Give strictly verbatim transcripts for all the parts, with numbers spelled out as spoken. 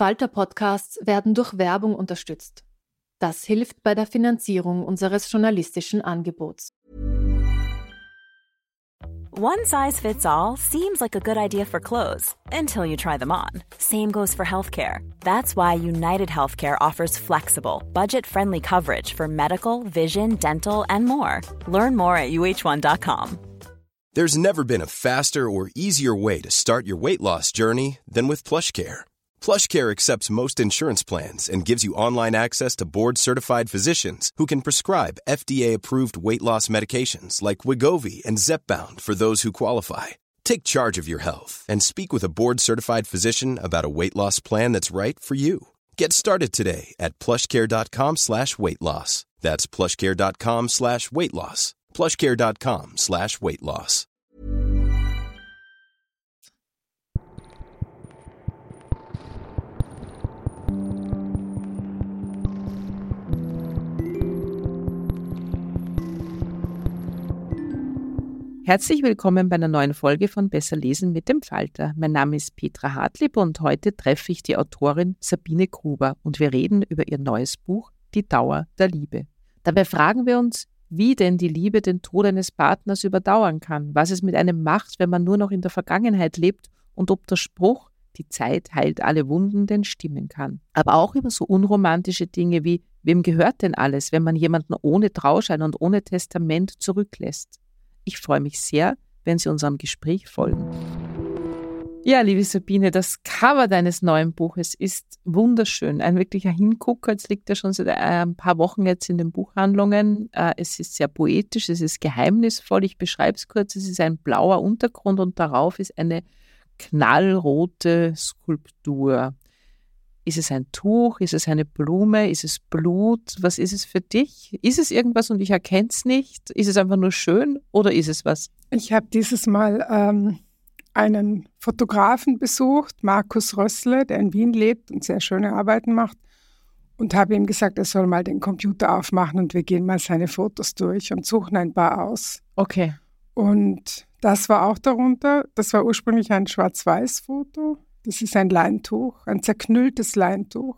Falter-Podcasts werden durch Werbung unterstützt. Das hilft bei der Finanzierung unseres journalistischen Angebots. One size fits all seems like a good idea for clothes until you try them on. Same goes for healthcare. That's why United Healthcare offers flexible, budget-friendly coverage for medical, vision, dental, and more. Learn more at U H one dot com. There's never been a faster or easier way to start your weight loss journey than with PlushCare. PlushCare accepts most insurance plans and gives you online access to board-certified physicians who can prescribe F D A-approved weight loss medications like Wegovy and Zepbound for those who qualify. Take charge of your health and speak with a board-certified physician about a weight loss plan that's right for you. Get started today at plushcare.com slash weight loss. That's plushcare.com slash weight loss. plushcare.com slash weight loss. Herzlich willkommen bei einer neuen Folge von Besser lesen mit dem Falter. Mein Name ist Petra Hartlieb und heute treffe ich die Autorin Sabine Gruber und wir reden über ihr neues Buch Die Dauer der Liebe. Dabei fragen wir uns, wie denn die Liebe den Tod eines Partners überdauern kann, was es mit einem macht, wenn man nur noch in der Vergangenheit lebt und ob der Spruch, die Zeit heilt alle Wunden, denn stimmen kann. Aber auch über so unromantische Dinge wie, wem gehört denn alles, wenn man jemanden ohne Trauschein und ohne Testament zurücklässt. Ich freue mich sehr, wenn Sie unserem Gespräch folgen. Ja, liebe Sabine, das Cover deines neuen Buches ist wunderschön. Ein wirklicher Hingucker. Es liegt ja schon seit ein paar Wochen jetzt in den Buchhandlungen. Es ist sehr poetisch, es ist geheimnisvoll. Ich beschreibe es kurz. Es ist ein blauer Untergrund und darauf ist eine knallrote Skulptur. Ist es ein Tuch? Ist es eine Blume? Ist es Blut? Was ist es für dich? Ist es irgendwas und ich erkenne es nicht? Ist es einfach nur schön oder ist es was? Ich habe dieses Mal ähm, einen Fotografen besucht, Markus Rössle, der in Wien lebt und sehr schöne Arbeiten macht, und habe ihm gesagt, er soll mal den Computer aufmachen und wir gehen mal seine Fotos durch und suchen ein paar aus. Okay. Und das war auch darunter. Das war ursprünglich ein Schwarz-Weiß-Foto. Das ist ein Leintuch, ein zerknülltes Leintuch.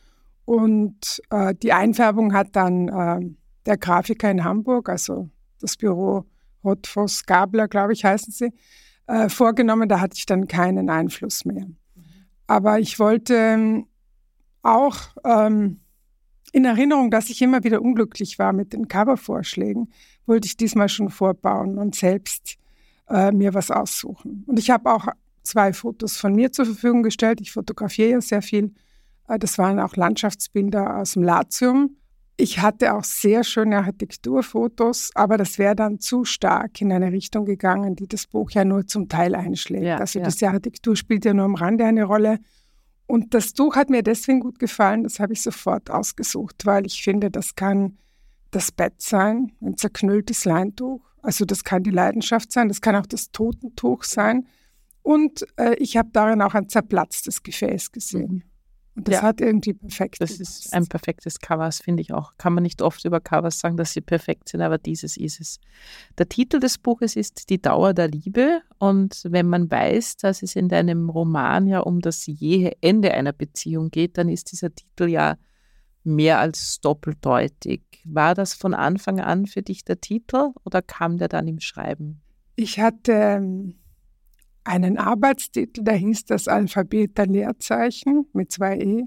Und äh, die Einfärbung hat dann äh, der Grafiker in Hamburg, also das Büro Rothfuss Gabler, glaube ich, heißen sie, äh, vorgenommen. Da hatte ich dann keinen Einfluss mehr. Aber ich wollte ähm, auch ähm, in Erinnerung, dass ich immer wieder unglücklich war mit den Covervorschlägen, wollte ich diesmal schon vorbauen und selbst äh, mir was aussuchen. Und ich habe auch zwei Fotos von mir zur Verfügung gestellt. Ich fotografiere ja sehr viel. Das waren auch Landschaftsbilder aus dem Latium. Ich hatte auch sehr schöne Architekturfotos, aber das wäre dann zu stark in eine Richtung gegangen, die das Buch ja nur zum Teil einschlägt. Ja, also ja. Diese Architektur spielt ja nur am Rande eine Rolle. Und das Tuch hat mir deswegen gut gefallen, das habe ich sofort ausgesucht, weil ich finde, das kann das Bett sein, ein zerknülltes Leintuch. Also das kann die Leidenschaft sein, das kann auch das Totentuch sein. Und äh, ich habe darin auch ein zerplatztes Gefäß gesehen. Und das ja. hat irgendwie perfekt Das gepasst. Ist ein perfektes Cover, das finde ich auch. Kann man nicht oft über Covers sagen, dass sie perfekt sind, aber dieses ist es. Der Titel des Buches ist Die Dauer der Liebe. Und wenn man weiß, dass es in deinem Roman ja um das jähe Ende einer Beziehung geht, dann ist dieser Titel ja mehr als doppeldeutig. War das von Anfang an für dich der Titel oder kam der dann im Schreiben? Ich hatte ähm, einen Arbeitstitel, der hieß Das Alphabet der Leerzeichen mit zwei E.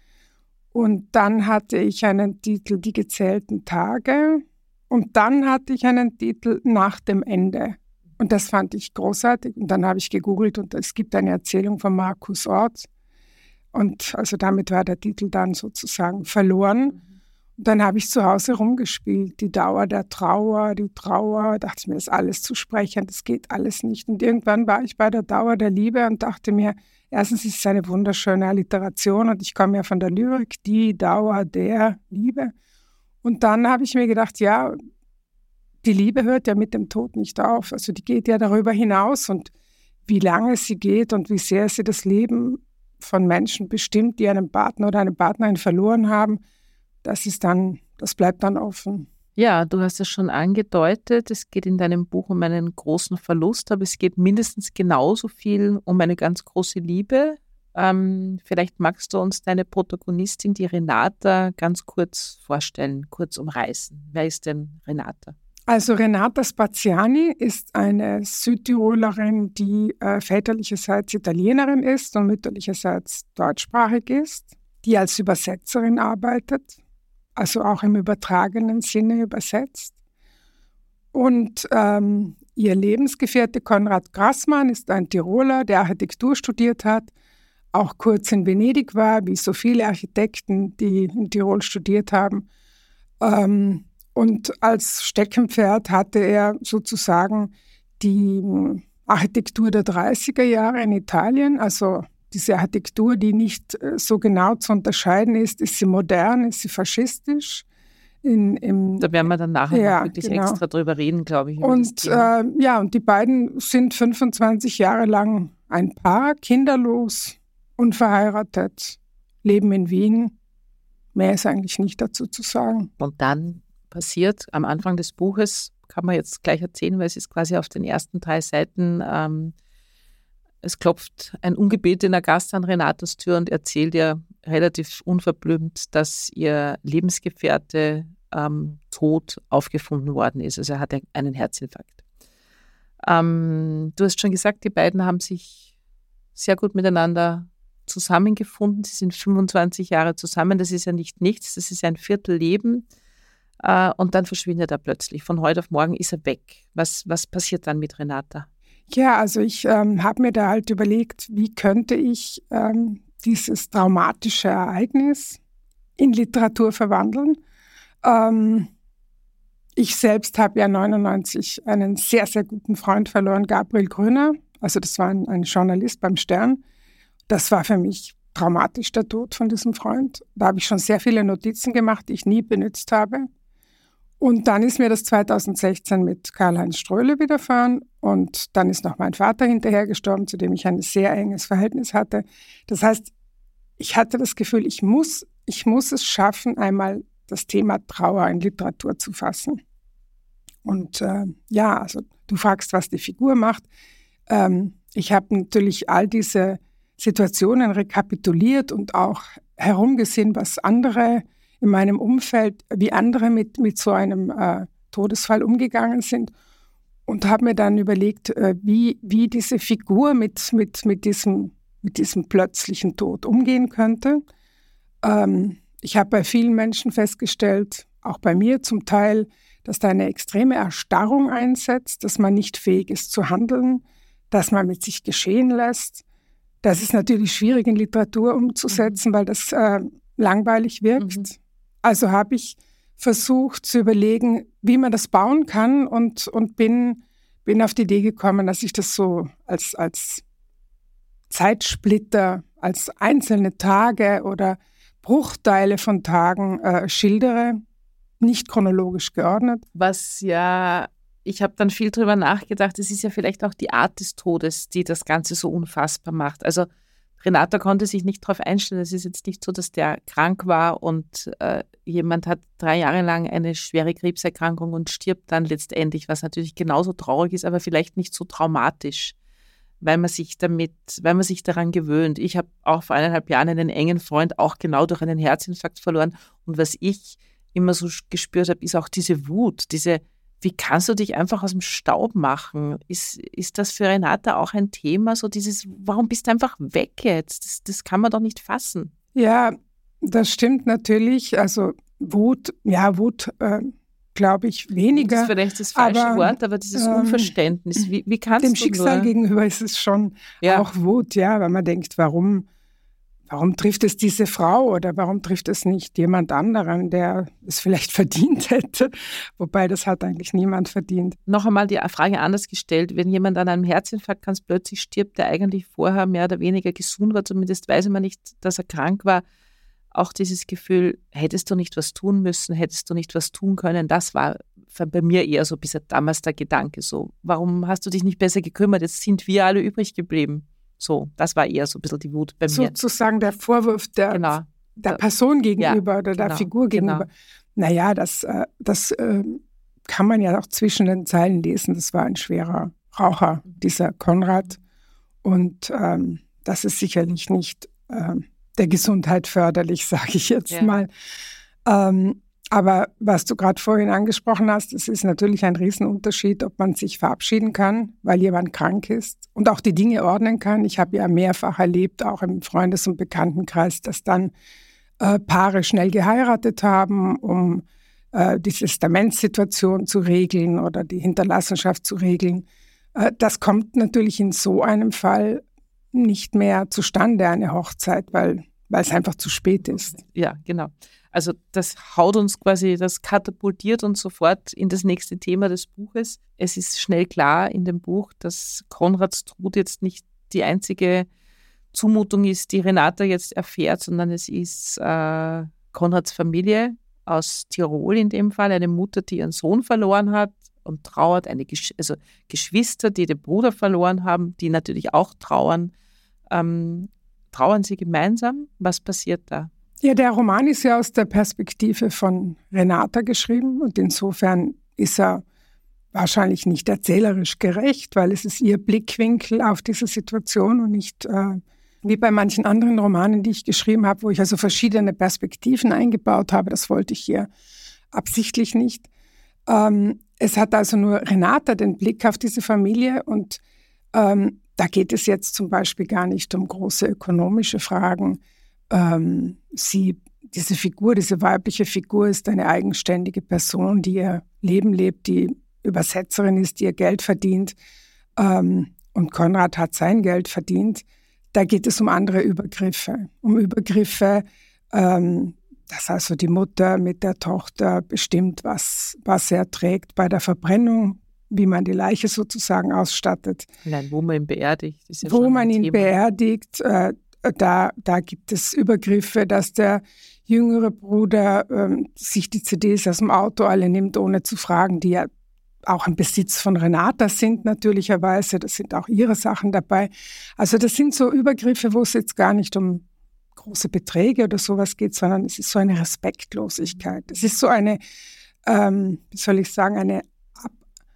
Und dann hatte ich einen Titel Die gezählten Tage. Und dann hatte ich einen Titel Nach dem Ende. Und das fand ich großartig. Und dann habe ich gegoogelt und es gibt eine Erzählung von Markus Orth. Und also damit war der Titel dann sozusagen verloren. Und dann habe ich zu Hause rumgespielt, die Dauer der Trauer, die Trauer, dachte ich mir, das ist alles zu sprechen, das geht alles nicht. Und irgendwann war ich bei der Dauer der Liebe und dachte mir, erstens ist es eine wunderschöne Alliteration und ich komme ja von der Lyrik, die Dauer der Liebe. Und dann habe ich mir gedacht, ja, die Liebe hört ja mit dem Tod nicht auf, also die geht ja darüber hinaus und wie lange sie geht und wie sehr sie das Leben von Menschen bestimmt, die einen Partner oder eine Partnerin verloren haben, das ist dann, das bleibt dann offen. Ja, du hast es schon angedeutet, es geht in deinem Buch um einen großen Verlust, aber es geht mindestens genauso viel um eine ganz große Liebe. Ähm, vielleicht magst du uns deine Protagonistin, die Renata, ganz kurz vorstellen, kurz umreißen. Wer ist denn Renata? Also Renata Spaziani ist eine Südtirolerin, die äh, väterlicherseits Italienerin ist und mütterlicherseits deutschsprachig ist, die als Übersetzerin arbeitet, also auch im übertragenen Sinne übersetzt. Und ähm, ihr Lebensgefährte Konrad Grassmann ist ein Tiroler, der Architektur studiert hat, auch kurz in Venedig war, wie so viele Architekten, die in Tirol studiert haben. Ähm, und als Steckenpferd hatte er sozusagen die Architektur der dreißiger Jahre in Italien, also diese Architektur, die nicht so genau zu unterscheiden ist, ist sie modern, ist sie faschistisch? In, im, da werden wir dann nachher ja, noch wirklich genau. extra drüber reden, glaube ich. Und äh, ja, und die beiden sind fünfundzwanzig Jahre lang ein Paar, kinderlos, unverheiratet, leben in Wien. Mehr ist eigentlich nicht dazu zu sagen. Und dann passiert am Anfang des Buches, kann man jetzt gleich erzählen, weil es ist quasi auf den ersten drei Seiten, ähm, es klopft ein ungebetener Gast an Renatas Tür und erzählt ihr relativ unverblümt, dass ihr Lebensgefährte ähm, tot aufgefunden worden ist. Also er hatte einen Herzinfarkt. Ähm, du hast schon gesagt, die beiden haben sich sehr gut miteinander zusammengefunden. Sie sind fünfundzwanzig Jahre zusammen. Das ist ja nicht nichts, das ist ein Viertelleben. Äh, und dann verschwindet er plötzlich. Von heute auf morgen ist er weg. Was, was passiert dann mit Renata? Ja, also ich ähm, habe mir da halt überlegt, wie könnte ich ähm, dieses traumatische Ereignis in Literatur verwandeln. Ähm, ich selbst habe ja neunundneunzig einen sehr, sehr guten Freund verloren, Gabriel Grüner. Also das war ein, ein Journalist beim Stern. Das war für mich traumatisch, der Tod von diesem Freund. Da habe ich schon sehr viele Notizen gemacht, die ich nie benutzt habe. Und dann ist mir das zweitausendsechzehn mit Karl-Heinz Ströhle widerfahren und dann ist noch mein Vater hinterher gestorben, zu dem ich ein sehr enges Verhältnis hatte. Das heißt, ich hatte das Gefühl, ich muss, ich muss es schaffen, einmal das Thema Trauer in Literatur zu fassen. Und äh, ja, also du fragst, was die Figur macht. Ähm, ich habe natürlich all diese Situationen rekapituliert und auch herumgesehen, was andere in meinem Umfeld, wie andere mit, mit so einem äh, Todesfall umgegangen sind und habe mir dann überlegt, äh, wie, wie diese Figur mit, mit, mit, diesem, mit diesem plötzlichen Tod umgehen könnte. Ähm, ich habe bei vielen Menschen festgestellt, auch bei mir zum Teil, dass da eine extreme Erstarrung einsetzt, dass man nicht fähig ist zu handeln, dass man mit sich geschehen lässt. Das ist natürlich schwierig in Literatur umzusetzen, mhm. weil das äh, langweilig wirkt. Mhm. Also habe ich versucht zu überlegen, wie man das bauen kann und, und bin, bin auf die Idee gekommen, dass ich das so als, als Zeitsplitter, als einzelne Tage oder Bruchteile von Tagen äh, schildere, nicht chronologisch geordnet. Was ja, ich habe dann viel drüber nachgedacht, es ist ja vielleicht auch die Art des Todes, die das Ganze so unfassbar macht. Also Renata konnte sich nicht darauf einstellen. Es ist jetzt nicht so, dass der krank war und äh, jemand hat drei Jahre lang eine schwere Krebserkrankung und stirbt dann letztendlich, was natürlich genauso traurig ist, aber vielleicht nicht so traumatisch, weil man sich damit, weil man sich daran gewöhnt. Ich habe auch vor eineinhalb Jahren einen engen Freund auch genau durch einen Herzinfarkt verloren und was ich immer so gespürt habe, ist auch diese Wut, diese wie kannst du dich einfach aus dem Staub machen? Ist, ist das für Renata auch ein Thema? So dieses, warum bist du einfach weg jetzt? Das, das kann man doch nicht fassen. Ja, das stimmt natürlich. Also Wut, ja, Wut, äh, glaube ich, weniger. Das ist vielleicht das falsche aber, Wort, aber dieses ähm, Unverständnis. Wie, wie kannst dem du Schicksal nur? gegenüber ist es schon ja. auch Wut, ja, weil man denkt, warum, warum trifft es diese Frau oder warum trifft es nicht jemand anderen, der es vielleicht verdient hätte? Wobei, das hat eigentlich niemand verdient. Noch einmal die Frage anders gestellt. Wenn jemand an einem Herzinfarkt ganz plötzlich stirbt, der eigentlich vorher mehr oder weniger gesund war, zumindest weiß man nicht, dass er krank war, auch dieses Gefühl, hättest du nicht was tun müssen, hättest du nicht was tun können, das war bei mir eher so bis damals der Gedanke so, warum hast du dich nicht besser gekümmert, jetzt sind wir alle übrig geblieben. So, das war eher so ein bisschen die Wut bei mir. Sozusagen der Vorwurf der, genau. der Person gegenüber ja, oder der genau, Figur gegenüber. Genau. Naja, das, das äh, kann man ja auch zwischen den Zeilen lesen. Das war ein schwerer Raucher, dieser Konrad. Und ähm, das ist sicherlich nicht äh, der Gesundheit förderlich, sage ich jetzt ja. mal. Ähm, aber was du gerade vorhin angesprochen hast, es ist natürlich ein Riesenunterschied, ob man sich verabschieden kann, weil jemand krank ist und auch die Dinge ordnen kann. Ich habe ja mehrfach erlebt, auch im Freundes- und Bekanntenkreis, dass dann äh, Paare schnell geheiratet haben, um äh, die Testamentssituation zu regeln oder die Hinterlassenschaft zu regeln. Äh, das kommt natürlich in so einem Fall nicht mehr zustande, eine Hochzeit, weil, weil es einfach zu spät ist. Ja, genau. Also das haut uns quasi, das katapultiert uns sofort in das nächste Thema des Buches. Es ist schnell klar in dem Buch, dass Konrads Tod jetzt nicht die einzige Zumutung ist, die Renata jetzt erfährt, sondern es ist äh, Konrads Familie aus Tirol in dem Fall, eine Mutter, die ihren Sohn verloren hat und trauert, eine Gesch- also Geschwister, die den Bruder verloren haben, die natürlich auch trauern. Ähm, trauern sie gemeinsam? Was passiert da? Ja, der Roman ist ja aus der Perspektive von Renata geschrieben und insofern ist er wahrscheinlich nicht erzählerisch gerecht, weil es ist ihr Blickwinkel auf diese Situation und nicht äh, wie bei manchen anderen Romanen, die ich geschrieben habe, wo ich also verschiedene Perspektiven eingebaut habe. Das wollte ich hier absichtlich nicht. Ähm, es hat also nur Renata den Blick auf diese Familie und ähm, da geht es jetzt zum Beispiel gar nicht um große ökonomische Fragen. Ähm, sie, diese Figur, diese weibliche Figur ist eine eigenständige Person, die ihr Leben lebt, die Übersetzerin ist, die ihr Geld verdient. Ähm, und Konrad hat sein Geld verdient. Da geht es um andere Übergriffe. Um Übergriffe, ähm, dass also die Mutter mit der Tochter bestimmt, was, was er trägt bei der Verbrennung, wie man die Leiche sozusagen ausstattet. Nein, wo man ihn beerdigt. Ist ja wo schon man ein ihn Thema. beerdigt, äh, da, da gibt es Übergriffe, dass der jüngere Bruder ähm, sich die C Ds aus dem Auto alle nimmt, ohne zu fragen, die ja auch im Besitz von Renata sind natürlicherweise. Das sind auch ihre Sachen dabei. Also das sind so Übergriffe, wo es jetzt gar nicht um große Beträge oder sowas geht, sondern es ist so eine Respektlosigkeit. Es ist so eine, ähm, wie soll ich sagen, eine Ab-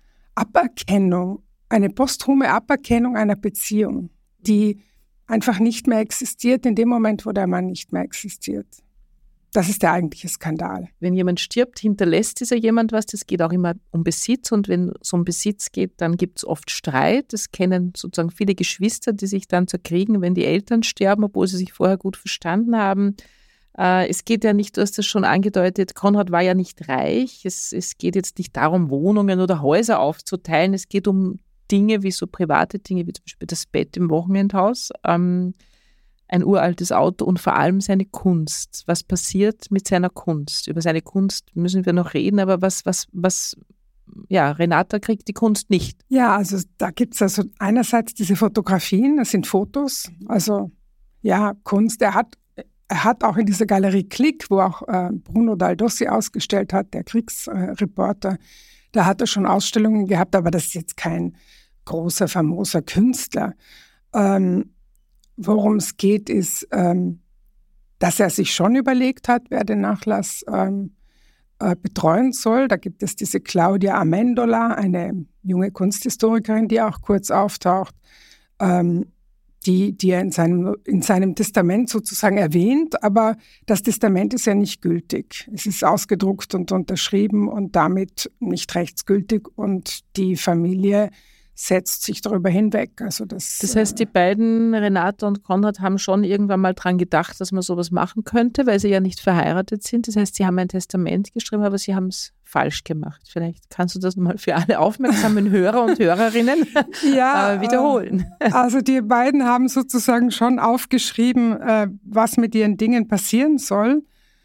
Aberkennung, eine posthume Aberkennung einer Beziehung, die einfach nicht mehr existiert in dem Moment, wo der Mann nicht mehr existiert. Das ist der eigentliche Skandal. Wenn jemand stirbt, hinterlässt dieser jemand was. Das geht auch immer um Besitz. Und wenn es um Besitz geht, dann gibt es oft Streit. Das kennen sozusagen viele Geschwister, die sich dann zerkriegen, wenn die Eltern sterben, obwohl sie sich vorher gut verstanden haben. Äh, es geht ja nicht, du hast das schon angedeutet, Konrad war ja nicht reich. Es, es geht jetzt nicht darum, Wohnungen oder Häuser aufzuteilen. Es geht um Dinge wie so private Dinge, wie zum Beispiel das Bett im Wochenendhaus. Ähm, ein uraltes Auto und vor allem seine Kunst. Was passiert mit seiner Kunst? Über seine Kunst müssen wir noch reden, aber was, was, was, ja, Renata kriegt die Kunst nicht. Ja, also da gibt es also einerseits diese Fotografien, das sind Fotos, also ja, Kunst. Er hat, er hat auch in dieser Galerie Klick, wo auch äh, Bruno Daldossi ausgestellt hat, der Kriegsreporter, äh, da hat er schon Ausstellungen gehabt, aber das ist jetzt kein großer, famoser Künstler. Ähm, Worum es geht, ist, ähm, dass er sich schon überlegt hat, wer den Nachlass ähm, äh, betreuen soll. Da gibt es diese Claudia Amendola, eine junge Kunsthistorikerin, die auch kurz auftaucht, ähm, die, die er in seinem, in seinem Testament sozusagen erwähnt. Aber das Testament ist ja nicht gültig. Es ist ausgedruckt und unterschrieben und damit nicht rechtsgültig. Und die Familie setzt sich darüber hinweg. Also das, das heißt, die beiden, Renata und Konrad, haben schon irgendwann mal dran gedacht, dass man sowas machen könnte, weil sie ja nicht verheiratet sind. Das heißt, sie haben ein Testament geschrieben, aber sie haben es falsch gemacht. Vielleicht kannst du das mal für alle aufmerksamen Hörer und Hörerinnen ja, äh, wiederholen. Also die beiden haben sozusagen schon aufgeschrieben, äh, was mit ihren Dingen passieren soll.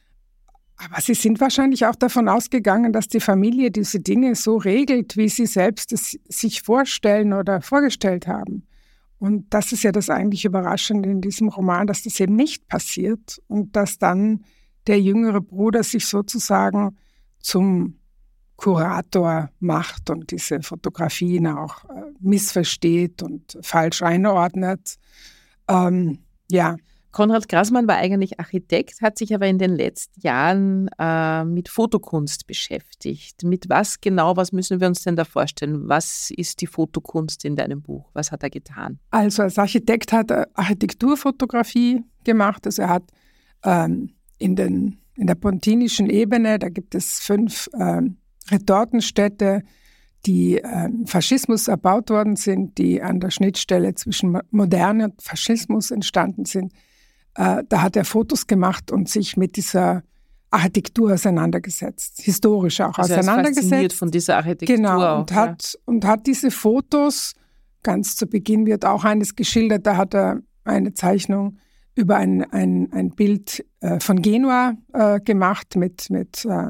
Aber sie sind wahrscheinlich auch davon ausgegangen, dass die Familie diese Dinge so regelt, wie sie selbst es sich vorstellen oder vorgestellt haben. Und das ist ja das eigentlich Überraschende in diesem Roman, dass das eben nicht passiert und dass dann der jüngere Bruder sich sozusagen zum Kurator macht und diese Fotografien auch äh, missversteht und falsch einordnet. Ähm, ja. Konrad Grassmann war eigentlich Architekt, hat sich aber in den letzten Jahren äh, mit Fotokunst beschäftigt. Mit was genau, was müssen wir uns denn da vorstellen? Was ist die Fotokunst in deinem Buch? Was hat er getan? Also als Architekt hat er Architekturfotografie gemacht. Also er hat ähm, in, den, in der pontinischen Ebene, da gibt es fünf ähm, Retortenstädte, die äh, Faschismus erbaut worden sind, die an der Schnittstelle zwischen Moderne und Faschismus entstanden sind. Äh, da hat er Fotos gemacht und sich mit dieser Architektur auseinandergesetzt, historisch auch also auseinandergesetzt. Er ist fasziniert von dieser Architektur. Genau, und, auch, hat, ja. und hat diese Fotos, ganz zu Beginn wird auch eines geschildert, da hat er eine Zeichnung über ein, ein, ein Bild äh, von Genua äh, gemacht mit, mit äh,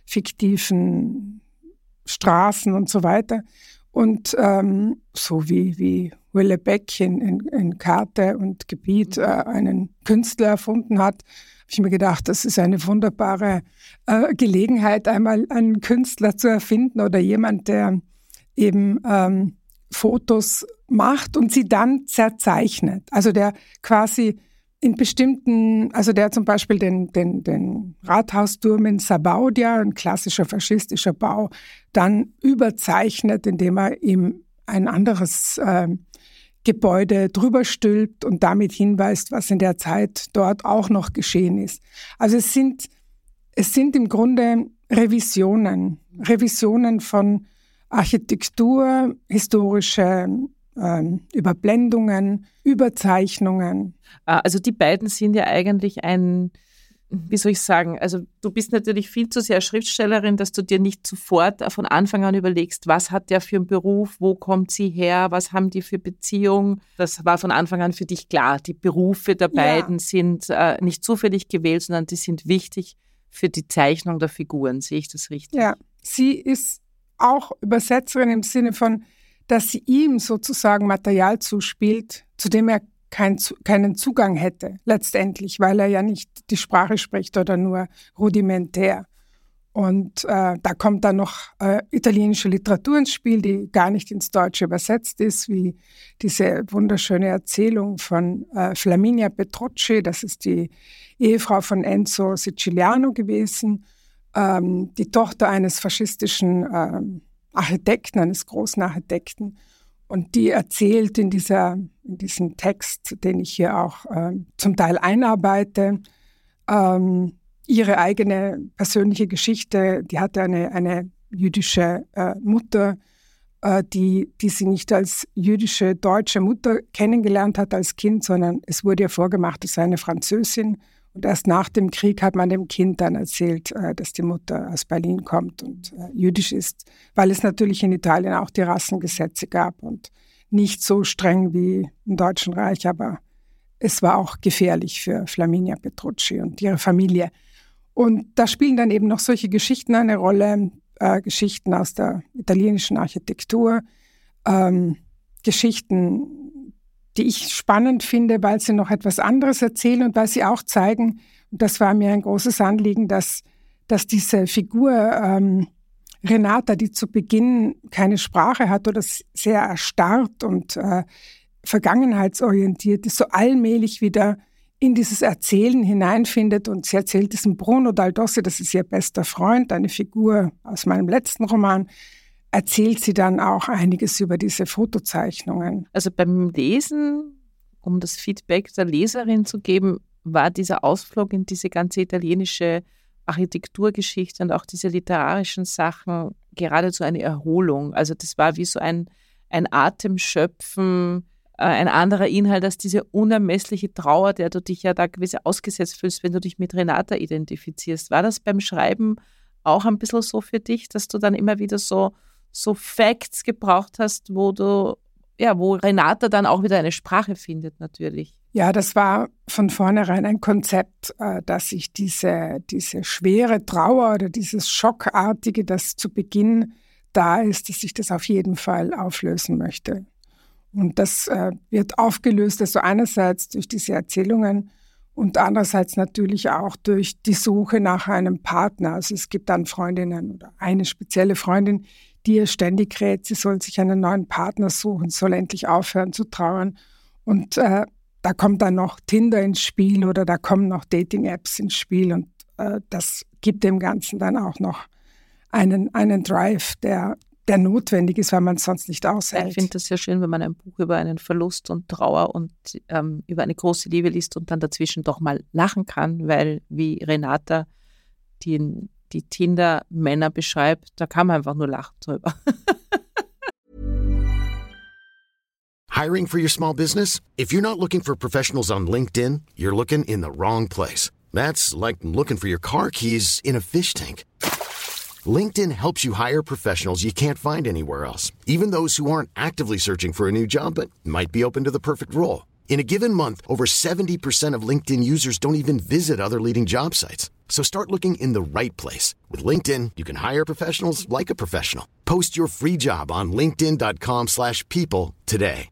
fiktiven Straßen und so weiter. Und ähm, so wie, wie Houellebecq in, in, in Karte und Gebiet äh, einen Künstler erfunden hat, habe ich mir gedacht, das ist eine wunderbare äh, Gelegenheit, einmal einen Künstler zu erfinden oder jemand, der eben ähm, Fotos macht und sie dann zerzeichnet. Also der quasi in bestimmten, also der zum Beispiel den, den, den Rathausturm in Sabaudia, ein klassischer faschistischer Bau, dann überzeichnet, indem er ihm ein anderes äh, Gebäude drüber stülpt und damit hinweist, was in der Zeit dort auch noch geschehen ist. Also es sind, es sind im Grunde Revisionen, Revisionen von Architektur, historische ähm, Überblendungen, Überzeichnungen. Also die beiden sind ja eigentlich ein, wie soll ich sagen, also du bist natürlich viel zu sehr Schriftstellerin, dass du dir nicht sofort von Anfang an überlegst, was hat der für einen Beruf, wo kommt sie her, was haben die für Beziehungen. Das war von Anfang an für dich klar. Die Berufe der beiden ja. sind äh, nicht zufällig gewählt, sondern die sind wichtig für die Zeichnung der Figuren. Sehe ich das richtig? Ja, sie ist auch Übersetzerin im Sinne von, dass sie ihm sozusagen Material zuspielt, zu dem er kein, keinen Zugang hätte, letztendlich, weil er ja nicht die Sprache spricht oder nur rudimentär. Und äh, da kommt dann noch äh, italienische Literatur ins Spiel, die gar nicht ins Deutsche übersetzt ist, wie diese wunderschöne Erzählung von äh, Flaminia Petrucci, das ist die Ehefrau von Enzo Siciliano gewesen, ähm, die Tochter eines faschistischen ähm, Architekten, eines großen Architekten. Und die erzählt in, dieser, in diesem Text, den ich hier auch äh, zum Teil einarbeite, ähm, ihre eigene persönliche Geschichte. Die hatte eine, eine jüdische äh, Mutter, äh, die, die sie nicht als jüdische deutsche Mutter kennengelernt hat als Kind, sondern es wurde ihr vorgemacht, es sei eine Französin. Und erst nach dem Krieg hat man dem Kind dann erzählt, äh, dass die Mutter aus Berlin kommt und äh, jüdisch ist, weil es natürlich in Italien auch die Rassengesetze gab und nicht so streng wie im Deutschen Reich, aber es war auch gefährlich für Flaminia Petrucci und ihre Familie. Und da spielen dann eben noch solche Geschichten eine Rolle, äh, Geschichten aus der italienischen Architektur, ähm, Geschichten, die ich spannend finde, weil sie noch etwas anderes erzählen und weil sie auch zeigen, und das war mir ein großes Anliegen, dass, dass diese Figur ähm, Renata, die zu Beginn keine Sprache hat oder sehr erstarrt und äh, vergangenheitsorientiert ist, so allmählich wieder in dieses Erzählen hineinfindet. Und sie erzählt diesem Bruno Daldossi, das ist ihr bester Freund, eine Figur aus meinem letzten Roman, erzählt sie dann auch einiges über diese Fotozeichnungen. Also beim Lesen, um das Feedback der Leserin zu geben, war dieser Ausflug in diese ganze italienische Architekturgeschichte und auch diese literarischen Sachen geradezu eine Erholung. Also das war wie so ein, ein Atemschöpfen, äh, ein anderer Inhalt als diese unermessliche Trauer, der du dich ja da gewiss ausgesetzt fühlst, wenn du dich mit Renata identifizierst. War das beim Schreiben auch ein bisschen so für dich, dass du dann immer wieder so so Facts gebraucht hast, wo du, ja, wo Renata dann auch wieder eine Sprache findet, natürlich. Ja, das war von vornherein ein Konzept, äh, dass ich diese, diese schwere Trauer oder dieses Schockartige, das zu Beginn da ist, dass ich das auf jeden Fall auflösen möchte. Und das äh, wird aufgelöst, also einerseits durch diese Erzählungen und andererseits natürlich auch durch die Suche nach einem Partner. Also es gibt dann Freundinnen oder eine spezielle Freundin, die ihr ständig rät, sie soll sich einen neuen Partner suchen, soll endlich aufhören zu trauern. Und äh, da kommt dann noch Tinder ins Spiel oder da kommen noch Dating-Apps ins Spiel und äh, das gibt dem Ganzen dann auch noch einen, einen Drive, der, der notwendig ist, weil man es sonst nicht aushält. Ich finde das sehr schön, wenn man ein Buch über einen Verlust und Trauer und ähm, über eine große Liebe liest und dann dazwischen doch mal lachen kann, weil wie Renata die, die Tinder-Männer beschreibt, da kann man einfach nur lachen drüber. Hiring for your small business? If you're not looking for professionals on LinkedIn, you're looking in the wrong place. That's like looking for your car keys in a fish tank. LinkedIn helps you hire professionals you can't find anywhere else, even those who aren't actively searching for a new job but might be open to the perfect role. In a given month, over seventy percent of LinkedIn users don't even visit other leading job sites. So start looking in the right place. With LinkedIn, you can hire professionals like a professional. Post your free job on linkedin dot com slash people today.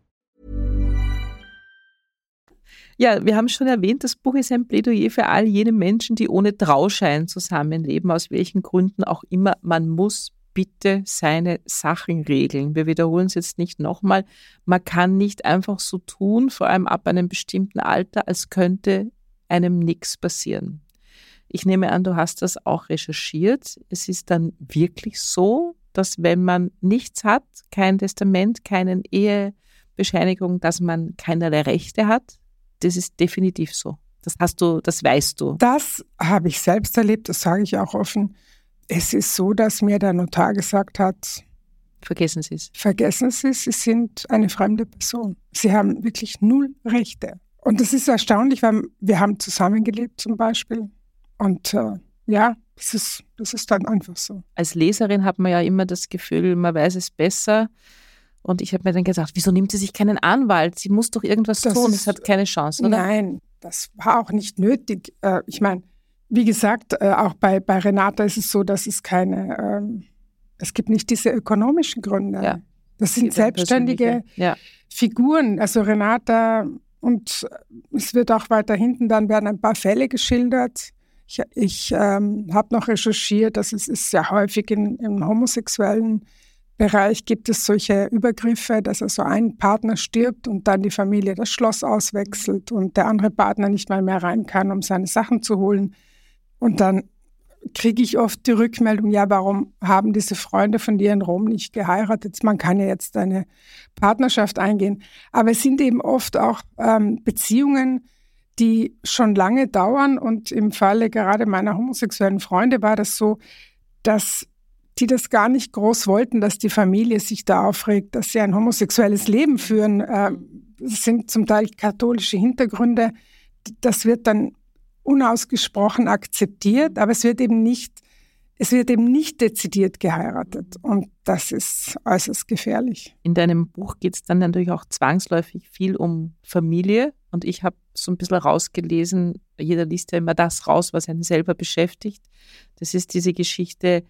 Ja, wir haben schon erwähnt, das Buch ist ein Plädoyer für all jene Menschen, die ohne Trauschein zusammenleben, aus welchen Gründen auch immer. Man muss bitte seine Sachen regeln. Wir wiederholen es jetzt nicht nochmal. Man kann nicht einfach so tun, vor allem ab einem bestimmten Alter, als könnte einem nichts passieren. Ich nehme an, du hast das auch recherchiert. Es ist dann wirklich so, dass wenn man nichts hat, kein Testament, keine Ehebescheinigung, dass man keinerlei Rechte hat. Das ist definitiv so. Das hast du, das weißt du. Das habe ich selbst erlebt, das sage ich auch offen. Es ist so, dass mir der Notar gesagt hat, vergessen Sie es. Vergessen Sie es, Sie sind eine fremde Person. Sie haben wirklich null Rechte. Und das ist erstaunlich, weil wir haben zusammengelebt zum Beispiel. Und äh, ja, das ist, das ist dann einfach so. Als Leserin hat man ja immer das Gefühl, man weiß es besser. Und ich habe mir dann gedacht, wieso nimmt sie sich keinen Anwalt? Sie muss doch irgendwas das tun, es hat keine Chance, oder? Nein, das war auch nicht nötig. Äh, ich meine, wie gesagt, äh, auch bei, bei Renata ist es so, dass es keine, ähm, es gibt nicht diese ökonomischen Gründe. Ja. Das sind selbstständige ja. Figuren. Also Renata, und es wird auch weiter hinten, dann werden ein paar Fälle geschildert. Ich, ich ähm, habe noch recherchiert, dass es ist sehr häufig in, im homosexuellen Bereich gibt es solche Übergriffe, dass also ein Partner stirbt und dann die Familie das Schloss auswechselt und der andere Partner nicht mal mehr rein kann, um seine Sachen zu holen. Und dann kriege ich oft die Rückmeldung, ja, warum haben diese Freunde von dir in Rom nicht geheiratet? Man kann ja jetzt eine Partnerschaft eingehen. Aber es sind eben oft auch ähm, Beziehungen, die schon lange dauern. Und im Falle gerade meiner homosexuellen Freunde war das so, dass die das gar nicht groß wollten, dass die Familie sich da aufregt, dass sie ein homosexuelles Leben führen. Das sind zum Teil katholische Hintergründe. Das wird dann unausgesprochen akzeptiert, aber es wird eben nicht, es wird eben nicht dezidiert geheiratet. Und das ist äußerst gefährlich. In deinem Buch geht es dann natürlich auch zwangsläufig viel um Familie. Und ich habe so ein bisschen rausgelesen, jeder liest ja immer das raus, was einen selber beschäftigt. Das ist diese Geschichte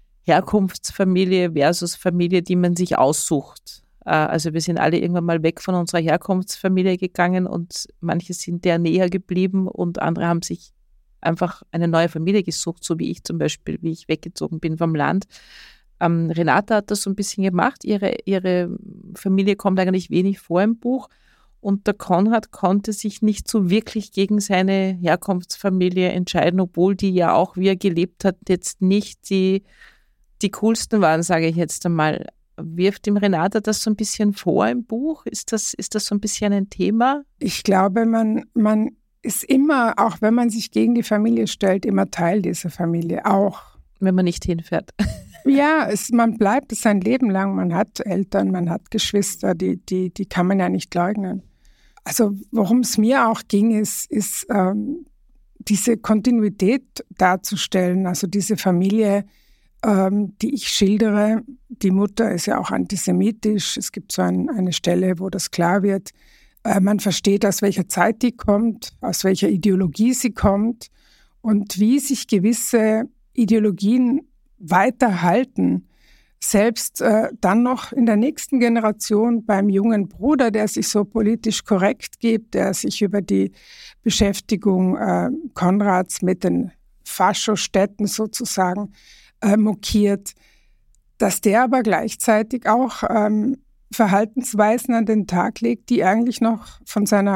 Herkunftsfamilie versus Familie, die man sich aussucht. Also wir sind alle irgendwann mal weg von unserer Herkunftsfamilie gegangen und manche sind der näher geblieben und andere haben sich einfach eine neue Familie gesucht, so wie ich zum Beispiel, wie ich weggezogen bin vom Land. Ähm, Renata hat das so ein bisschen gemacht. Ihre, ihre Familie kommt eigentlich wenig vor im Buch und der Konrad konnte sich nicht so wirklich gegen seine Herkunftsfamilie entscheiden, obwohl die ja auch, wie er gelebt hat, jetzt nicht die die coolsten waren, sage ich jetzt einmal. Wirft dem Renata das so ein bisschen vor im Buch? Ist das, ist das so ein bisschen ein Thema? Ich glaube, man, man ist immer, auch wenn man sich gegen die Familie stellt, immer Teil dieser Familie, auch. Wenn man nicht hinfährt. Ja, es, man bleibt es sein Leben lang. Man hat Eltern, man hat Geschwister, die, die, die kann man ja nicht leugnen. Also worum es mir auch ging, ist, ist ähm, diese Kontinuität darzustellen, also diese Familie, Ähm, die ich schildere. Die Mutter ist ja auch antisemitisch. Es gibt so ein, eine Stelle, wo das klar wird. Äh, man versteht, aus welcher Zeit die kommt, aus welcher Ideologie sie kommt und wie sich gewisse Ideologien weiterhalten. Selbst äh, dann noch in der nächsten Generation beim jungen Bruder, der sich so politisch korrekt gibt, der sich über die Beschäftigung äh, Konrads mit den Faschostädten sozusagen Äh, mokiert, dass der aber gleichzeitig auch ähm, Verhaltensweisen an den Tag legt, die eigentlich noch von seiner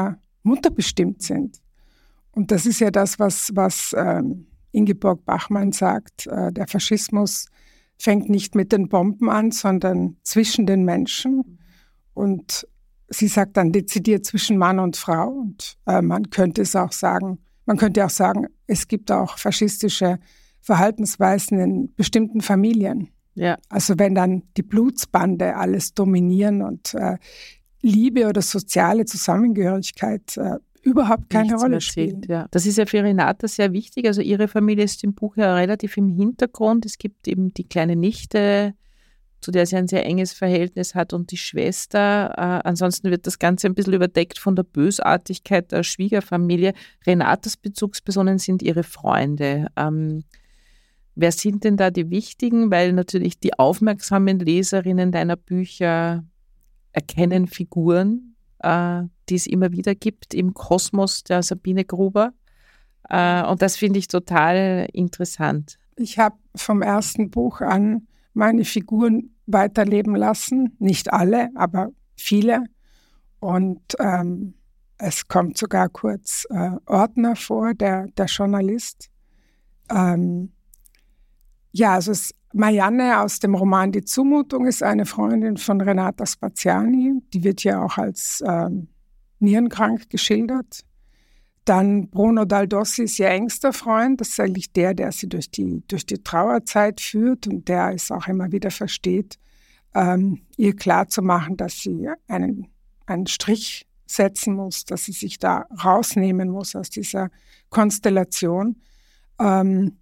mutterbestimmt sind. Und das ist ja das, was, was ähm, Ingeborg Bachmann sagt, äh, der Faschismus fängt nicht mit den Bomben an, sondern zwischen den Menschen. Und sie sagt dann dezidiert zwischen Mann und Frau. Und äh, man könnte es auch sagen, man könnte auch sagen, es gibt auch faschistische Verhaltensweisen in bestimmten Familien. Ja. Also wenn dann die Blutsbande alles dominieren und äh, Liebe oder soziale Zusammengehörigkeit äh, überhaupt keine Nichts Rolle mehr zählt, spielen. ja. Das ist ja für Renata sehr wichtig. Also ihre Familie ist im Buch ja relativ im Hintergrund. Es gibt eben die kleine Nichte, zu der sie ein sehr enges Verhältnis hat, und die Schwester. Äh, ansonsten wird das Ganze ein bisschen überdeckt von der Bösartigkeit der Schwiegerfamilie. Renatas Bezugspersonen sind ihre Freunde. Ähm, wer sind denn da die wichtigen? Weil natürlich die aufmerksamen Leserinnen deiner Bücher erkennen Figuren, äh, die es immer wieder gibt im Kosmos der Sabine Gruber. Äh, und das finde ich total interessant. Ich habe vom ersten Buch an meine Figuren weiterleben lassen. Nicht alle, aber viele. Und ähm, es kommt sogar kurz äh, Ordner vor, der, der Journalist. Ähm, ja, also es, Marianne aus dem Roman Die Zumutung ist eine Freundin von Renata Spaziani. Die wird ja auch als ähm, nierenkrank geschildert. Dann Bruno Daldossi ist ihr engster Freund. Das ist eigentlich der, der sie durch die, durch die Trauerzeit führt und der es auch immer wieder versteht, ähm, ihr klarzumachen, dass sie einen, einen Strich setzen muss, dass sie sich da rausnehmen muss aus dieser Konstellation, ähm,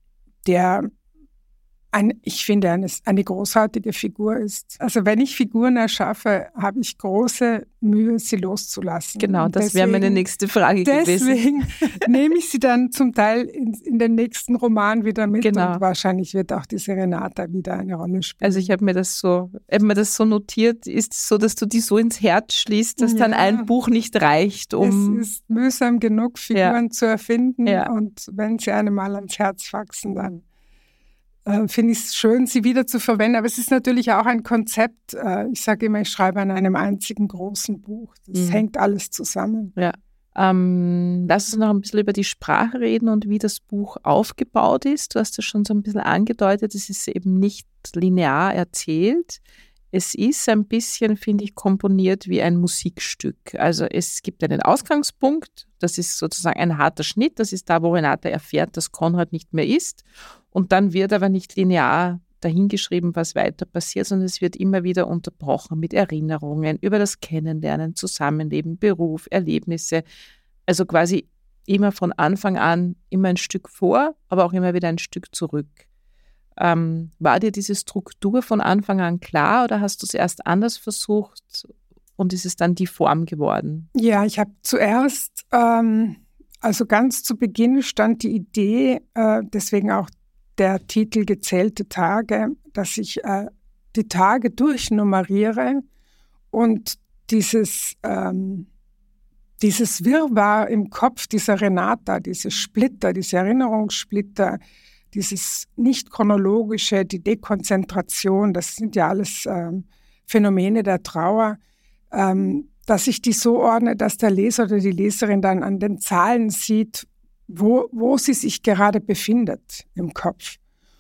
der Ein, ich finde, eine, eine großartige Figur ist. Also wenn ich Figuren erschaffe, habe ich große Mühe, sie loszulassen. Genau, das wäre meine nächste Frage gewesen. Deswegen nehme ich sie dann zum Teil in, in den nächsten Roman wieder mit, genau. Und wahrscheinlich wird auch diese Renata wieder eine Rolle spielen. Also ich habe mir das so, habe mir das so notiert, ist es so, dass du die so ins Herz schließt, dass ja. dann ein Buch nicht reicht, um... Es ist mühsam genug, Figuren ja. zu erfinden ja. und wenn sie einem mal ans Herz wachsen, dann Äh, finde ich es schön, sie wieder zu verwenden. Aber es ist natürlich auch ein Konzept. Äh, ich sage immer, ich schreibe an einem einzigen großen Buch. Das mhm. hängt alles zusammen. Ja. Ähm, lass uns noch ein bisschen über die Sprache reden und wie das Buch aufgebaut ist. Du hast das schon so ein bisschen angedeutet. Es ist eben nicht linear erzählt. Es ist ein bisschen, finde ich, komponiert wie ein Musikstück. Also es gibt einen Ausgangspunkt, das ist sozusagen ein harter Schnitt, das ist da, wo Renata erfährt, dass Konrad nicht mehr ist. Und dann wird aber nicht linear dahingeschrieben, was weiter passiert, sondern es wird immer wieder unterbrochen mit Erinnerungen über das Kennenlernen, Zusammenleben, Beruf, Erlebnisse. Also quasi immer von Anfang an immer ein Stück vor, aber auch immer wieder ein Stück zurück. Ähm, war dir diese Struktur von Anfang an klar oder hast du es erst anders versucht und ist es dann die Form geworden? Ja, ich habe zuerst, ähm, also ganz zu Beginn stand die Idee, äh, deswegen auch der Titel Gezählte Tage, dass ich äh, die Tage durchnummeriere und dieses, ähm, dieses Wirrwarr im Kopf dieser Renata, diese Splitter, diese Erinnerungssplitter, dieses Nicht-Chronologische, die Dekonzentration, das sind ja alles ähm, Phänomene der Trauer, ähm, dass ich die so ordne, dass der Leser oder die Leserin dann an den Zahlen sieht, wo, wo sie sich gerade befindet im Kopf.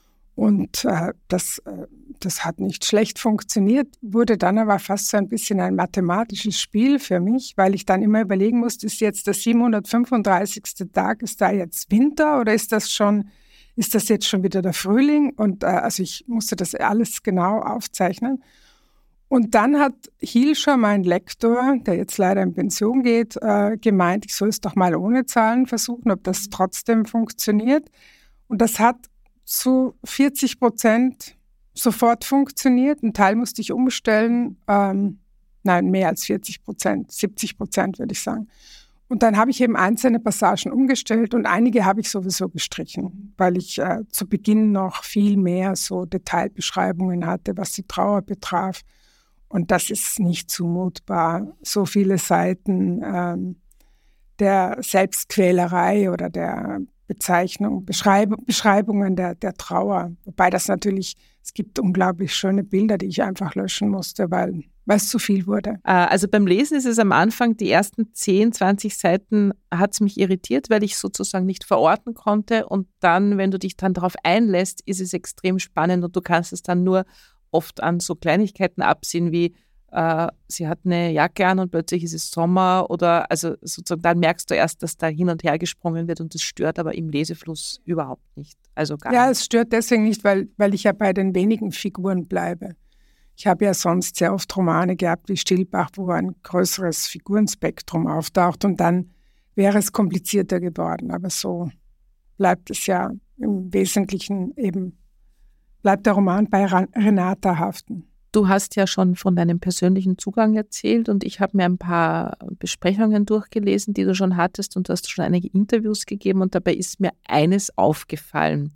Und äh, das, äh, das hat nicht schlecht funktioniert, wurde dann aber fast so ein bisschen ein mathematisches Spiel für mich, weil ich dann immer überlegen musste, ist jetzt der siebenhundertfünfunddreißigste Tag, ist da jetzt Winter oder ist das schon... Ist das jetzt schon wieder der Frühling? Und äh, also ich musste das alles genau aufzeichnen. Und dann hat Hielscher, mein Lektor, der jetzt leider in Pension geht, äh, gemeint, ich soll es doch mal ohne Zahlen versuchen, ob das trotzdem funktioniert. Und das hat zu vierzig Prozent sofort funktioniert. Ein Teil musste ich umstellen. Ähm, nein, mehr als vierzig Prozent, siebzig Prozent würde ich sagen. Und dann habe ich eben einzelne Passagen umgestellt und einige habe ich sowieso gestrichen, weil ich äh, zu Beginn noch viel mehr so Detailbeschreibungen hatte, was die Trauer betraf. Und das ist nicht zumutbar. So viele Seiten ähm, der Selbstquälerei oder der Bezeichnung, Beschreib- Beschreibungen der, der Trauer. Wobei das natürlich Es gibt unglaublich schöne Bilder, die ich einfach löschen musste, weil, weil es zu viel wurde. Also beim Lesen ist es am Anfang, die ersten zehn, zwanzig Seiten hat es mich irritiert, weil ich sozusagen nicht verorten konnte. Und dann, wenn du dich dann darauf einlässt, ist es extrem spannend und du kannst es dann nur oft an so Kleinigkeiten absehen wie äh, sie hat eine Jacke an und plötzlich ist es Sommer oder also sozusagen dann merkst du erst, dass da hin und her gesprungen wird und das stört aber im Lesefluss überhaupt nicht. Also gar ja, nicht. Es stört deswegen nicht, weil, weil ich ja bei den wenigen Figuren bleibe. Ich habe ja sonst sehr oft Romane gehabt wie Stillbach, wo ein größeres Figurenspektrum auftaucht und dann wäre es komplizierter geworden. Aber so bleibt es ja im Wesentlichen eben, bleibt der Roman bei Renata haften. Du hast ja schon von deinem persönlichen Zugang erzählt und ich habe mir ein paar Besprechungen durchgelesen, die du schon hattest und du hast schon einige Interviews gegeben und dabei ist mir eines aufgefallen.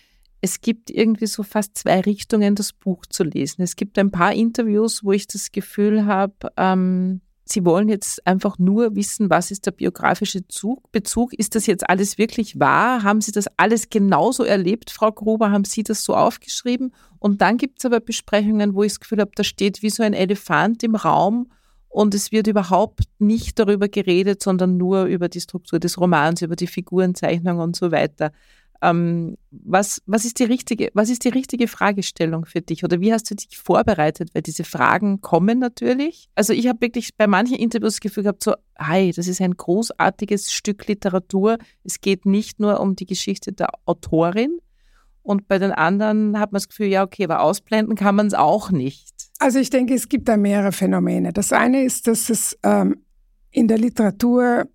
Es gibt irgendwie so fast zwei Richtungen, das Buch zu lesen. Es gibt ein paar Interviews, wo ich das Gefühl habe, ähm, Sie wollen jetzt einfach nur wissen, was ist der biografische Zug, Bezug? Ist das jetzt alles wirklich wahr? Haben Sie das alles genauso erlebt, Frau Gruber? Haben Sie das so aufgeschrieben? Und dann gibt es aber Besprechungen, wo ich das Gefühl habe, da steht wie so ein Elefant im Raum und es wird überhaupt nicht darüber geredet, sondern nur über die Struktur des Romans, über die Figurenzeichnung und so weiter. Ähm, was, was, ist die richtige, was ist die richtige Fragestellung für dich oder wie hast du dich vorbereitet? Weil diese Fragen kommen natürlich. Also ich habe wirklich bei manchen Interviews das Gefühl gehabt, so, hey, das ist ein großartiges Stück Literatur. Es geht nicht nur um die Geschichte der Autorin und bei den anderen hat man das Gefühl, ja okay, aber ausblenden kann man es auch nicht. Also ich denke, es gibt da mehrere Phänomene. Das eine ist, dass es ähm, in der Literatur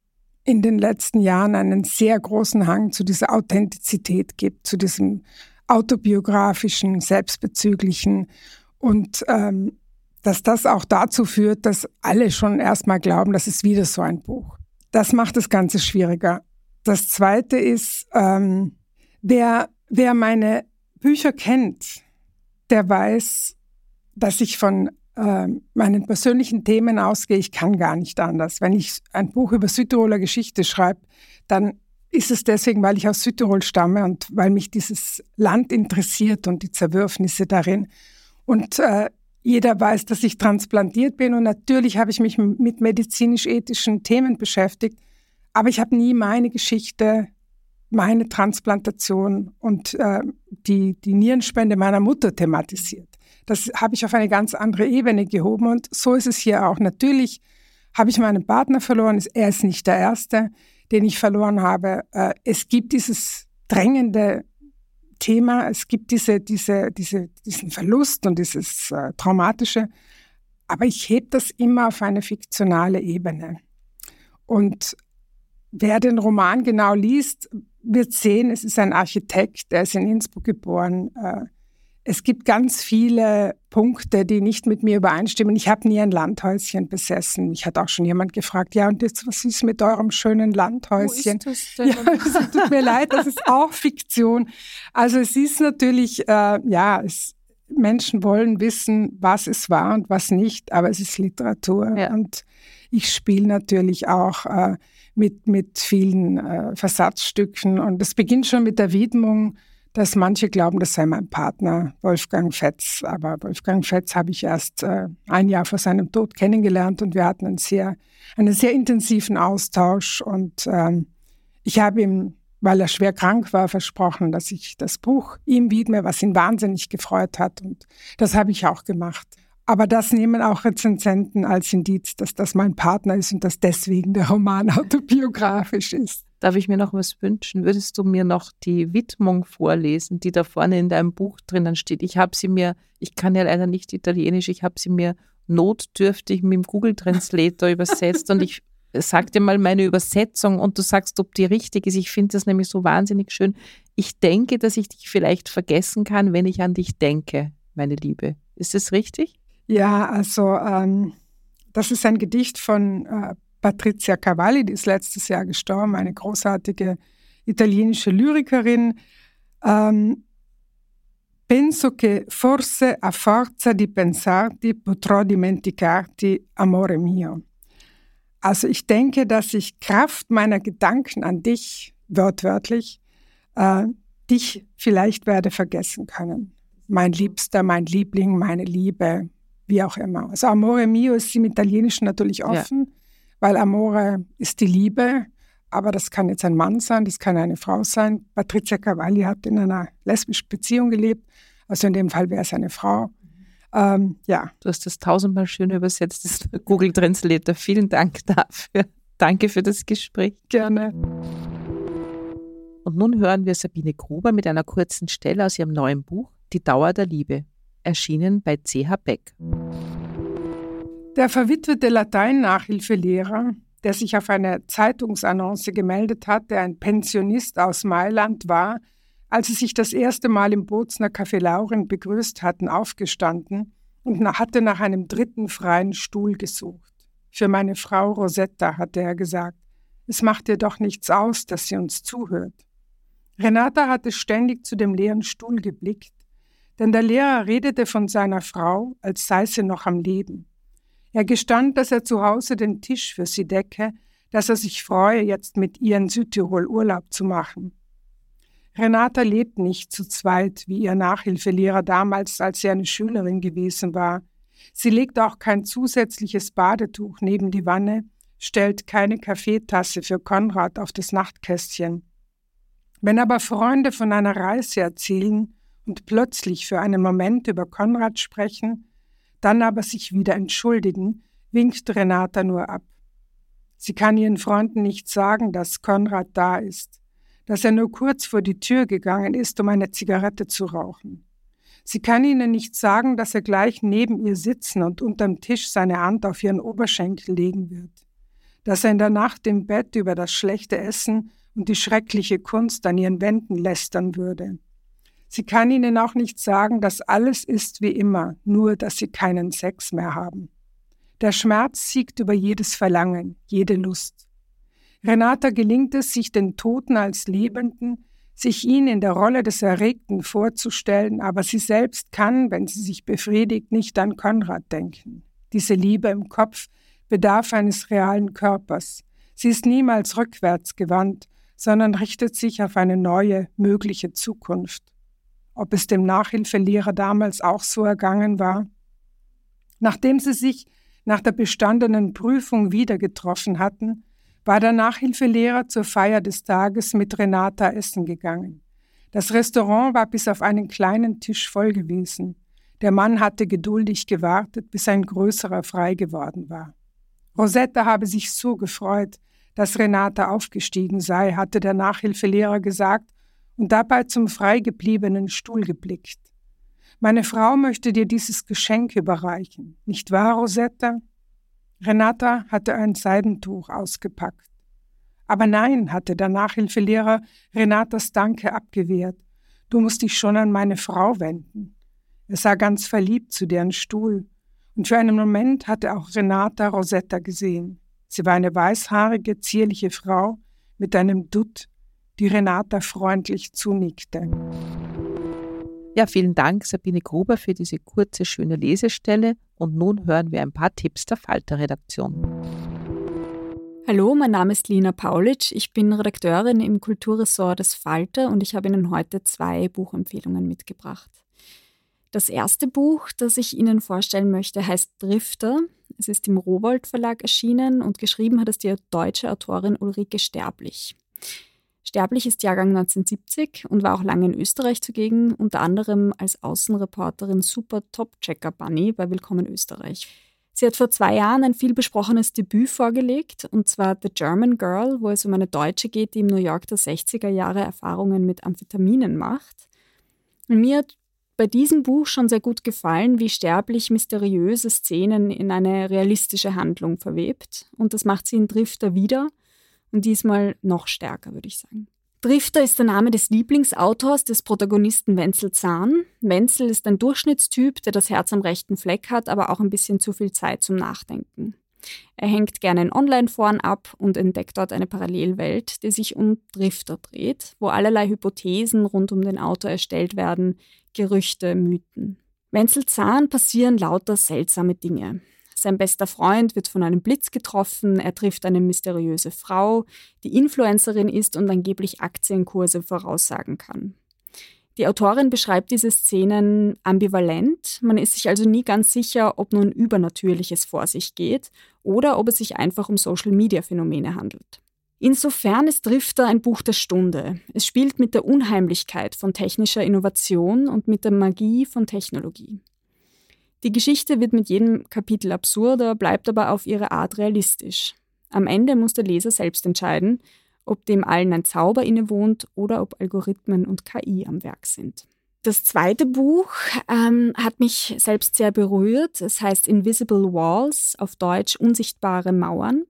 in den letzten Jahren einen sehr großen Hang zu dieser Authentizität gibt, zu diesem autobiografischen, selbstbezüglichen und ähm, dass das auch dazu führt, dass alle schon erstmal glauben, das ist wieder so ein Buch. Das macht das Ganze schwieriger. Das Zweite ist, ähm, wer, wer meine Bücher kennt, der weiß, dass ich von äh, meinen persönlichen Themen ausgehe. Ich kann gar nicht anders. Wenn ich ein Buch über Südtiroler Geschichte schreibe, dann ist es deswegen, weil ich aus Südtirol stamme und weil mich dieses Land interessiert und die Zerwürfnisse darin. Und äh, jeder weiß, dass ich transplantiert bin und natürlich habe ich mich mit medizinisch-ethischen Themen beschäftigt, aber ich habe nie meine Geschichte, meine Transplantation und äh, die, die Nierenspende meiner Mutter thematisiert. Das habe ich auf eine ganz andere Ebene gehoben und so ist es hier auch. Natürlich habe ich meinen Partner verloren, er ist nicht der Erste, den ich verloren habe. Äh, es gibt dieses drängende Thema, es gibt diese, diese, diese, diesen Verlust und dieses äh, Traumatische, aber ich hebe das immer auf eine fiktionale Ebene. Und wer den Roman genau liest, wird sehen, es ist ein Architekt, der ist in Innsbruck geboren. Äh, es gibt ganz viele Punkte, die nicht mit mir übereinstimmen. Ich habe nie ein Landhäuschen besessen. Mich hat auch schon jemand gefragt, ja, und jetzt, was ist mit eurem schönen Landhäuschen? Wo ist das denn? Ja, es tut mir leid, das ist auch Fiktion. Also es ist natürlich, äh, ja, es, Menschen wollen wissen, was es war und was nicht, aber es ist Literatur. Ja. Und ich spiele natürlich auch äh, mit, mit vielen äh, Versatzstücken. Und es beginnt schon mit der Widmung, dass manche glauben, das sei mein Partner, Wolfgang Fetz. Aber Wolfgang Fetz habe ich erst äh, ein Jahr vor seinem Tod kennengelernt und wir hatten einen sehr, einen sehr intensiven Austausch. Und ähm, ich habe ihm, weil er schwer krank war, versprochen, dass ich das Buch ihm widme, was ihn wahnsinnig gefreut hat. Und das habe ich auch gemacht. Aber das nehmen auch Rezensenten als Indiz, dass das mein Partner ist und dass deswegen der Roman autobiografisch ist. Darf ich mir noch was wünschen? Würdest du mir noch die Widmung vorlesen, die da vorne in deinem Buch drinnen steht? Ich habe sie mir, ich kann ja leider nicht Italienisch, ich habe sie mir notdürftig mit dem Google Translator übersetzt und ich sag dir mal meine Übersetzung und du sagst, ob die richtig ist. Ich finde das nämlich so wahnsinnig schön. Ich denke, dass ich dich vielleicht vergessen kann, wenn ich an dich denke, meine Liebe. Ist das richtig? Ja, also ähm, das ist ein Gedicht von äh, Patrizia Cavalli, die ist letztes Jahr gestorben, eine großartige italienische Lyrikerin. Ähm, Penso che forse a forza di pensarti potrò dimenticarti, amore mio. Also ich denke, dass ich Kraft meiner Gedanken an dich, wortwörtlich, äh, dich vielleicht werde vergessen können. mein Liebster, mein Liebling, meine Liebe, wie auch immer. Also Amore mio ist im Italienischen natürlich offen, ja. Weil Amore ist die Liebe, aber das kann jetzt ein Mann sein, das kann eine Frau sein. Patrizia Cavalli hat in einer lesbischen Beziehung gelebt, also in dem Fall wäre es eine Frau. Ähm, ja. Du hast das tausendmal schön übersetzt, das Google Translator. Vielen Dank dafür. Danke für das Gespräch. Gerne. Und nun hören wir Sabine Gruber mit einer kurzen Stelle aus ihrem neuen Buch Die Dauer der Liebe, erschienen bei C H Beck. Der verwitwete Latein-Nachhilfelehrer, der sich auf eine Zeitungsannonce gemeldet hat, der ein Pensionist aus Mailand war, als sie sich das erste Mal im Bozner Café Laurin begrüßt hatten, aufgestanden und hatte nach einem dritten freien Stuhl gesucht. Für meine Frau Rosetta, hatte er gesagt. Es macht ihr doch nichts aus, dass sie uns zuhört. Renata hatte ständig zu dem leeren Stuhl geblickt, denn der Lehrer redete von seiner Frau, als sei sie noch am Leben. Er gestand, dass er zu Hause den Tisch für sie decke, dass er sich freue, jetzt mit ihr in Südtirol Urlaub zu machen. Renata lebt nicht zu zweit, wie ihr Nachhilfelehrer damals, als sie eine Schülerin gewesen war. Sie legt auch kein zusätzliches Badetuch neben die Wanne, stellt keine Kaffeetasse für Konrad auf das Nachtkästchen. Wenn aber Freunde von einer Reise erzählen und plötzlich für einen Moment über Konrad sprechen, dann aber sich wieder entschuldigen, winkt Renata nur ab. Sie kann ihren Freunden nicht sagen, dass Konrad da ist, dass er nur kurz vor die Tür gegangen ist, um eine Zigarette zu rauchen. Sie kann ihnen nicht sagen, dass er gleich neben ihr sitzen und unterm Tisch seine Hand auf ihren Oberschenkel legen wird, dass er in der Nacht im Bett über das schlechte Essen und die schreckliche Kunst an ihren Wänden lästern würde. Sie kann ihnen auch nicht sagen, dass alles ist wie immer, nur dass sie keinen Sex mehr haben. Der Schmerz siegt über jedes Verlangen, jede Lust. Renata gelingt es, sich den Toten als Lebenden, sich ihn in der Rolle des Erregten vorzustellen, aber sie selbst kann, wenn sie sich befriedigt, nicht an Konrad denken. Diese Liebe im Kopf bedarf eines realen Körpers. Sie ist niemals rückwärts gewandt, sondern richtet sich auf eine neue, mögliche Zukunft. Ob es dem Nachhilfelehrer damals auch so ergangen war? Nachdem sie sich nach der bestandenen Prüfung wieder getroffen hatten, war der Nachhilfelehrer zur Feier des Tages mit Renata essen gegangen. Das Restaurant war bis auf einen kleinen Tisch voll gewesen. Der Mann hatte geduldig gewartet, bis ein größerer frei geworden war. Rosetta habe sich so gefreut, dass Renata aufgestiegen sei, hatte der Nachhilfelehrer gesagt und dabei zum frei gebliebenen Stuhl geblickt. Meine Frau möchte dir dieses Geschenk überreichen, nicht wahr, Rosetta? Renata hatte ein Seidentuch ausgepackt. Aber nein, hatte der Nachhilfelehrer Renatas Danke abgewehrt. Du musst dich schon an meine Frau wenden. Er sah ganz verliebt zu deren Stuhl. Und für einen Moment hatte auch Renata Rosetta gesehen. Sie war eine weißhaarige, zierliche Frau mit einem Dutt, die Renata freundlich zunickte. Ja, vielen Dank, Sabine Gruber, für diese kurze, schöne Lesestelle. Und nun hören wir ein paar Tipps der Falter-Redaktion. Hallo, mein Name ist Lina Paulitsch. Ich bin Redakteurin im Kulturressort des Falter und ich habe Ihnen heute zwei Buchempfehlungen mitgebracht. Das erste Buch, das ich Ihnen vorstellen möchte, heißt Drifter. Es ist im Rowohlt Verlag erschienen und geschrieben hat es die deutsche Autorin Ulrike Sterblich. Sterblich ist Jahrgang neunzehnhundertsiebzig und war auch lange in Österreich zugegen, unter anderem als Außenreporterin Super Top-Checker Bunny bei Willkommen Österreich. Sie hat vor zwei Jahren ein vielbesprochenes Debüt vorgelegt, und zwar The German Girl, wo es um eine Deutsche geht, die im New York der sechziger Jahre Erfahrungen mit Amphetaminen macht. Und mir hat bei diesem Buch schon sehr gut gefallen, wie Sterblich mysteriöse Szenen in eine realistische Handlung verwebt. Und das macht sie in Drifter wieder. Und diesmal noch stärker, würde ich sagen. Drifter ist der Name des Lieblingsautors des Protagonisten Wenzel Zahn. Wenzel ist ein Durchschnittstyp, der das Herz am rechten Fleck hat, aber auch ein bisschen zu viel Zeit zum Nachdenken. Er hängt gerne in Online-Foren ab und entdeckt dort eine Parallelwelt, die sich um Drifter dreht, wo allerlei Hypothesen rund um den Autor erstellt werden, Gerüchte, Mythen. Wenzel Zahn passieren lauter seltsame Dinge. Sein bester Freund wird von einem Blitz getroffen, er trifft eine mysteriöse Frau, die Influencerin ist und angeblich Aktienkurse voraussagen kann. Die Autorin beschreibt diese Szenen ambivalent. Man ist sich also nie ganz sicher, ob nun Übernatürliches vor sich geht oder ob es sich einfach um Social-Media-Phänomene handelt. Insofern ist Drifter ein Buch der Stunde. Es spielt mit der Unheimlichkeit von technischer Innovation und mit der Magie von Technologie. Die Geschichte wird mit jedem Kapitel absurder, bleibt aber auf ihre Art realistisch. Am Ende muss der Leser selbst entscheiden, ob dem allen ein Zauber innewohnt oder ob Algorithmen und K I am Werk sind. Das zweite Buch ähm, hat mich selbst sehr berührt. Es heißt Invisible Walls, auf Deutsch Unsichtbare Mauern.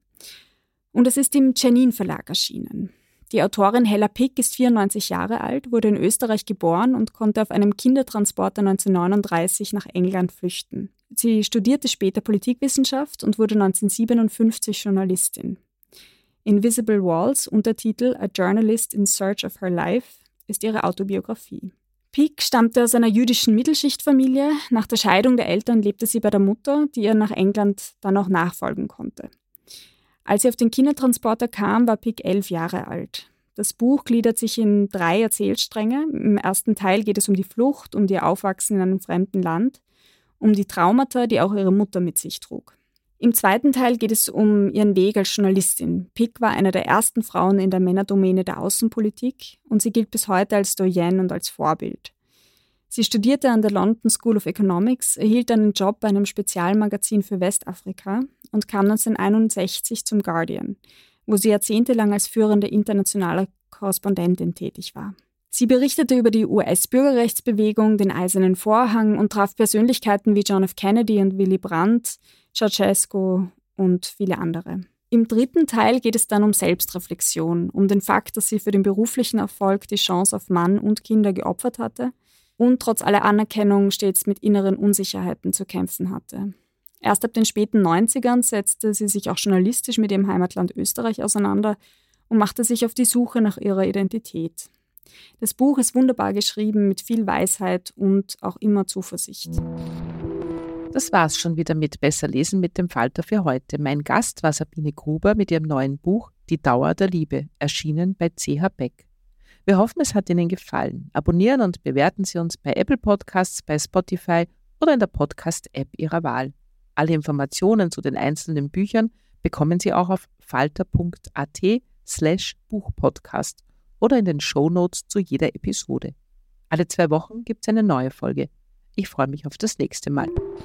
Und es ist im Janin Verlag erschienen. Die Autorin Hella Pick ist vierundneunzig Jahre alt, wurde in Österreich geboren und konnte auf einem Kindertransporter neunzehnhundertneununddreißig nach England flüchten. Sie studierte später Politikwissenschaft und wurde neunzehnhundertsiebenundfünfzig Journalistin. Invisible Walls, Untertitel A Journalist in Search of Her Life, ist ihre Autobiografie. Pick stammte aus einer jüdischen Mittelschichtfamilie. Nach der Scheidung der Eltern lebte sie bei der Mutter, die ihr nach England dann auch nachfolgen konnte. Als sie auf den Kindertransporter kam, war Pick elf Jahre alt. Das Buch gliedert sich in drei Erzählstränge. Im ersten Teil geht es um die Flucht, um ihr Aufwachsen in einem fremden Land, um die Traumata, die auch ihre Mutter mit sich trug. Im zweiten Teil geht es um ihren Weg als Journalistin. Pick war eine der ersten Frauen in der Männerdomäne der Außenpolitik und sie gilt bis heute als Doyenne und als Vorbild. Sie studierte an der London School of Economics, erhielt einen Job bei einem Spezialmagazin für Westafrika und kam neunzehnhunderteinundsechzig zum Guardian, wo sie jahrzehntelang als führende internationale Korrespondentin tätig war. Sie berichtete über die U S-Bürgerrechtsbewegung, den Eisernen Vorhang und traf Persönlichkeiten wie John F. Kennedy und Willy Brandt, Ceausescu und viele andere. Im dritten Teil geht es dann um Selbstreflexion, um den Fakt, dass sie für den beruflichen Erfolg die Chance auf Mann und Kinder geopfert hatte und trotz aller Anerkennung stets mit inneren Unsicherheiten zu kämpfen hatte. Erst ab den späten neunzigern setzte sie sich auch journalistisch mit ihrem Heimatland Österreich auseinander und machte sich auf die Suche nach ihrer Identität. Das Buch ist wunderbar geschrieben, mit viel Weisheit und auch immer Zuversicht. Das war's schon wieder mit Besser lesen mit dem Falter für heute. Mein Gast war Sabine Gruber mit ihrem neuen Buch Die Dauer der Liebe, erschienen bei C H Beck. Wir hoffen, es hat Ihnen gefallen. Abonnieren und bewerten Sie uns bei Apple Podcasts, bei Spotify oder in der Podcast-App Ihrer Wahl. Alle Informationen zu den einzelnen Büchern bekommen Sie auch auf falter.at slash Buchpodcast oder in den Shownotes zu jeder Episode. Alle zwei Wochen gibt es eine neue Folge. Ich freue mich auf das nächste Mal.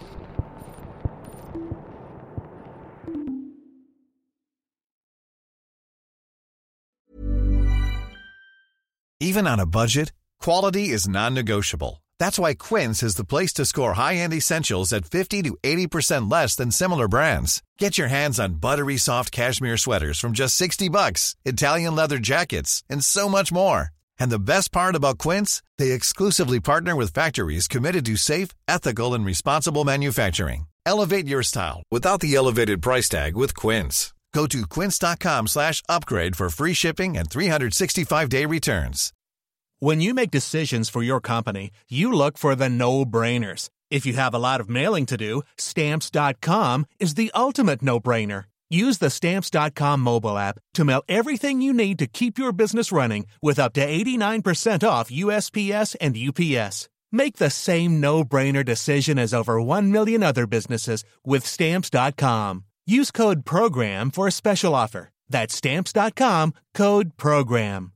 Even on a budget, quality is non-negotiable. That's why Quince is the place to score high-end essentials at fifty to eighty percent less than similar brands. Get your hands on buttery soft cashmere sweaters from just sixty bucks, Italian leather jackets, and so much more. And the best part about Quince, they exclusively partner with factories committed to safe, ethical, and responsible manufacturing. Elevate your style without the elevated price tag with Quince. Go to quince.com slash upgrade for free shipping and three sixty-five day returns. When you make decisions for your company, you look for the no-brainers. If you have a lot of mailing to do, Stamps dot com is the ultimate no-brainer. Use the Stamps dot com mobile app to mail everything you need to keep your business running with up to eighty-nine percent off U S P S and U P S. Make the same no-brainer decision as over one million other businesses with Stamps dot com. Use code PROGRAM for a special offer. That's Stamps dot com, code PROGRAM.